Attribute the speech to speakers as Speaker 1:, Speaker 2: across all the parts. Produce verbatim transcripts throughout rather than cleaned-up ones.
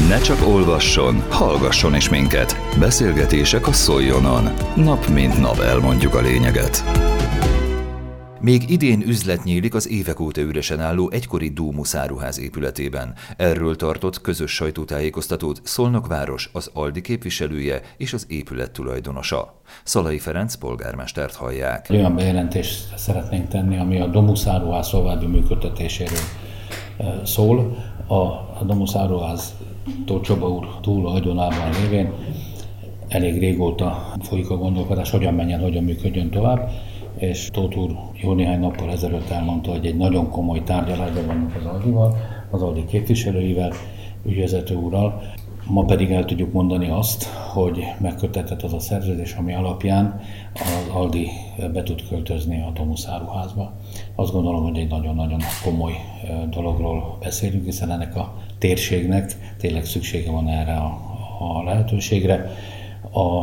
Speaker 1: Ne csak olvasson, hallgasson is minket. Beszélgetések a Szoljonon. Nap mint nap elmondjuk a lényeget. Még idén üzlet nyílik az évek óta üresen álló egykori Domus áruház épületében. Erről tartott közös sajtótájékoztatót Szolnok város, az Aldi képviselője és az épület tulajdonosa. Szalai Ferenc polgármestert hallják.
Speaker 2: Olyan bejelentést szeretnénk tenni, ami a Domus áruház szolgáltató működtetéséről szól. A Domus áruháztól Csaba úr tulajdonában lévén elég régóta folyik a gondolkodás, hogyan menjen, hogyan működjön tovább. És Tóth úr jó néhány nappal ezelőtt elmondta, hogy egy nagyon komoly tárgyalásban vannak az Aldival, az Aldi képviselőivel, ügyvezető úrral. Ma pedig el tudjuk mondani azt, hogy megköttetett az a szerződés, ami alapján az Aldi be tud költözni a Domus áruházba. Azt gondolom, hogy egy nagyon-nagyon komoly dologról beszélünk, hiszen ennek a térségnek tényleg szüksége van erre a, a lehetőségre. A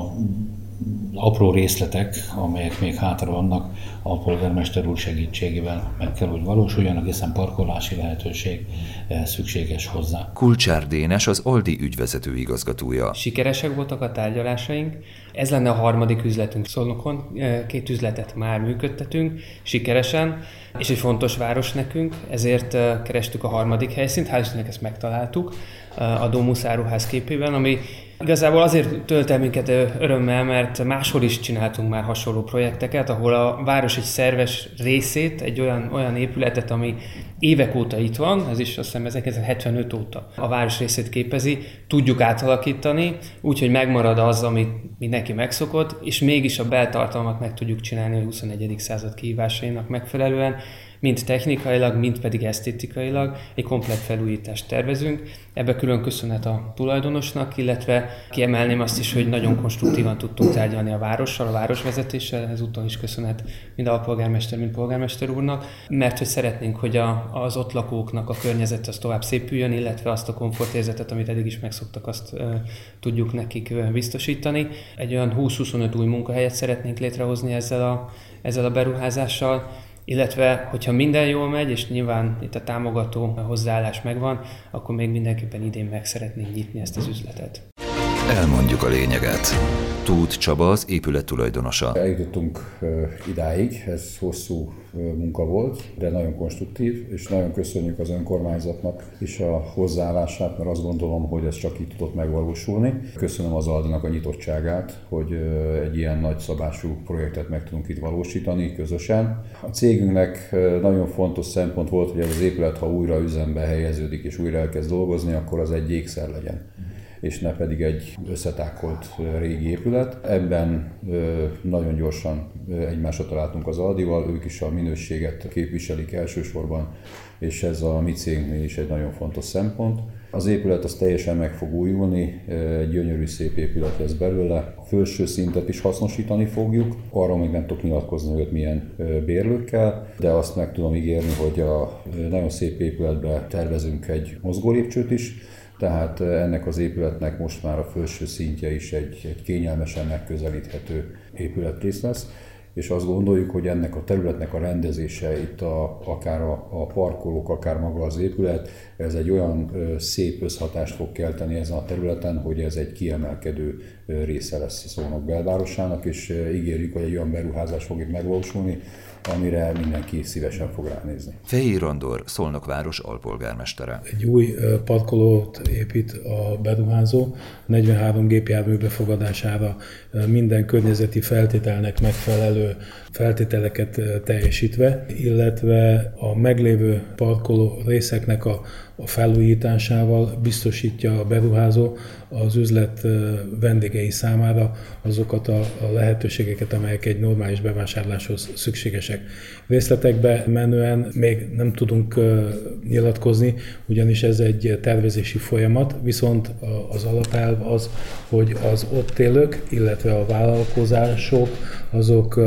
Speaker 2: apró részletek, amelyek még hátra vannak, a polgármester úr segítségével meg kell, hogy valósuljanak, hiszen parkolási lehetőség szükséges hozzá.
Speaker 1: Kulcsár Dénes az Aldi ügyvezető igazgatója.
Speaker 3: Sikeresek voltak a tárgyalásaink. Ez lenne a harmadik üzletünk Szolnokon. Két üzletet már működtetünk sikeresen, és egy fontos város nekünk, ezért kerestük a harmadik helyszínt, hál' Istennek ezt megtaláltuk a Domus áruház képében, ami igazából azért tölt el minket örömmel, mert máshol is csináltunk már hasonló projekteket, ahol a város egy szerves részét, egy olyan, olyan épületet, ami évek óta itt van, ez is azt hiszem ezerkilencszázhetvenöt óta a város részét képezi, tudjuk átalakítani, úgyhogy megmarad az, amit mindenki megszokott, és mégis a beltartalmat meg tudjuk csinálni a huszonegyedik század kihívásainak megfelelően, mind technikailag, mind pedig esztétikailag egy komplett felújítást tervezünk. Ebbe külön köszönet a tulajdonosnak, illetve kiemelném azt is, hogy nagyon konstruktívan tudtunk tárgyalni a várossal, a városvezetéssel, ezúton is köszönet mind a alpolgármester, mind polgármester úrnak, mert hogy szeretnénk, hogy a, az ott lakóknak a környezet az tovább szépüljön, illetve azt a komfortérzetet, amit eddig is megszoktak, azt uh, tudjuk nekik uh, biztosítani. Egy olyan húsz-huszonöt új munkahelyet szeretnénk létrehozni ezzel a, ezzel a beruházással, illetve, hogyha minden jól megy, és nyilván itt a támogató hozzáállás megvan, akkor még mindenképpen idén meg szeretnénk nyitni ezt az üzletet.
Speaker 1: Elmondjuk a lényeget. Tóth Csaba az épület tulajdonosa.
Speaker 4: Eljutottunk idáig, ez hosszú munka volt, de nagyon konstruktív, és nagyon köszönjük az önkormányzatnak is a hozzáállását, mert azt gondolom, hogy ez csak így tudott megvalósulni. Köszönöm az Aldinak a nyitottságát, hogy egy ilyen nagyszabású projektet meg tudunk itt valósítani közösen. A cégünknek nagyon fontos szempont volt, hogy ez az épület, ha újra üzembe helyeződik és újra elkezd dolgozni, akkor az egy ékszer legyen, és ne pedig egy összetákolt régi épület. Ebben nagyon gyorsan egymásra találtunk az Aldival, ők is a minőséget képviselik elsősorban, és ez a mi cégnél is egy nagyon fontos szempont. Az épület az teljesen meg fog újulni, egy gyönyörű szép épület lesz belőle. A felső szintet is hasznosítani fogjuk, arról még nem tudok nyilatkozni, hogy milyen bérlőkkel, de azt meg tudom ígérni, hogy a nagyon szép épületbe tervezünk egy mozgólépcsőt is, tehát ennek az épületnek most már a felső szintje is egy, egy kényelmesen megközelíthető épületrész lesz, és azt gondoljuk, hogy ennek a területnek a rendezése, itt a, akár a, a parkolók, akár maga az épület, ez egy olyan ö, szép összhatást fog kelteni ezen a területen, hogy ez egy kiemelkedő ö, része lesz a Szolnok belvárosának, és ö, ígérjük, hogy egy olyan beruházás fog itt megvalósulni, amire mindenki szívesen fog ránézni.
Speaker 1: Fejér Andor, Szolnok város alpolgármestere.
Speaker 5: Egy új parkolót épít a beruházó, negyvenhárom gépjármű befogadására minden környezeti feltételnek megfelelő feltételeket teljesítve, illetve a meglévő parkoló részeknek a, a felújításával biztosítja a beruházó az üzlet vendégei számára azokat a, a lehetőségeket, amelyek egy normális bevásárláshoz szükségesek. Részletekbe menően még nem tudunk nyilatkozni, ugyanis ez egy tervezési folyamat, viszont az alapelv az, hogy az ott élők, illetve a vállalkozások, azok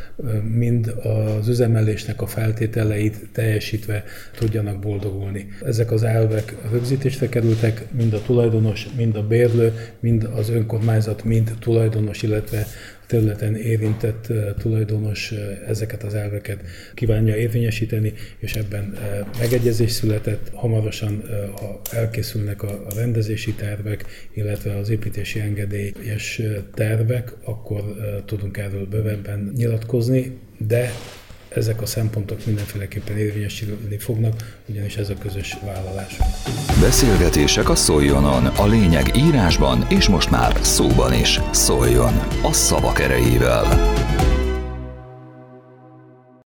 Speaker 5: mind az üzemelésnek a feltételeit teljesítve tudjanak boldogulni. Ezek az elvek rögzítésre kerültek, mind a tulajdonos, mind a bérlő, mind az önkormányzat, mind tulajdonos, illetve területen érintett tulajdonos ezeket az elveket kívánja érvényesíteni, és ebben megegyezés született. Hamarosan, ha elkészülnek a rendezési tervek, illetve az építési engedélyes tervek, akkor tudunk erről bővebben nyilatkozni, de ezek a szempontok mindenféleképpen érvényesülni fognak, ugyanis ez a közös vállalás.
Speaker 1: Beszélgetések a Szoljonon, a lényeg írásban és most már szóban is. Szóljon a szavak erejével!